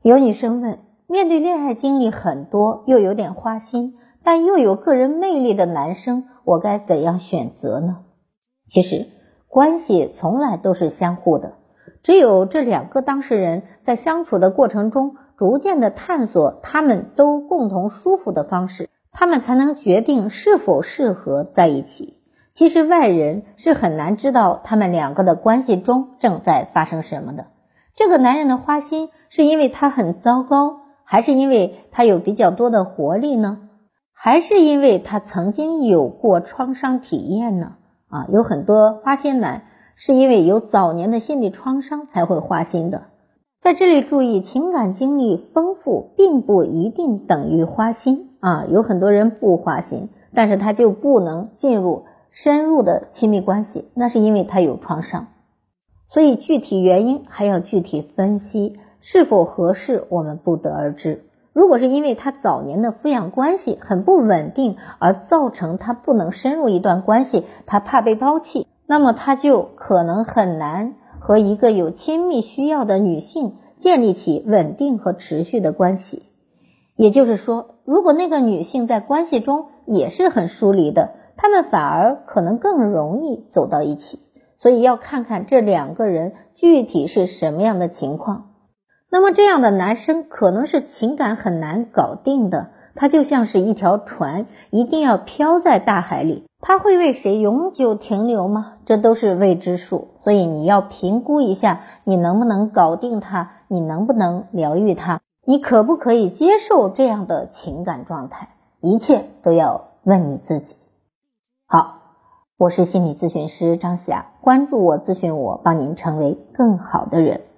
有女生问，面对恋爱经历很多又有点花心但又有个人魅力的男生，我该怎样选择呢？其实关系从来都是相互的，只有这两个当事人在相处的过程中逐渐的探索他们都共同舒服的方式，他们才能决定是否适合在一起。其实外人是很难知道他们两个的关系中正在发生什么的。这个男人的花心是因为他很糟糕，还是因为他有比较多的活力呢？还是因为他曾经有过创伤体验呢？有很多花心男是因为有早年的心理创伤才会花心的。在这里注意，情感经历丰富并不一定等于花心有很多人不花心，但是他就不能进入深入的亲密关系，那是因为他有创伤。所以具体原因还要具体分析，是否合适我们不得而知。如果是因为他早年的抚养关系很不稳定而造成他不能深入一段关系，他怕被抛弃，那么他就可能很难和一个有亲密需要的女性建立起稳定和持续的关系。也就是说，如果那个女性在关系中也是很疏离的，他们反而可能更容易走到一起。所以要看看这两个人具体是什么样的情况。那么这样的男生可能是情感很难搞定的，他就像是一条船，一定要飘在大海里，他会为谁永久停留吗？这都是未知数。所以你要评估一下，你能不能搞定他，你能不能疗愈他，你可不可以接受这样的情感状态，一切都要问你自己。好，我是心理咨询师张霞，关注我，咨询我，帮您成为更好的人。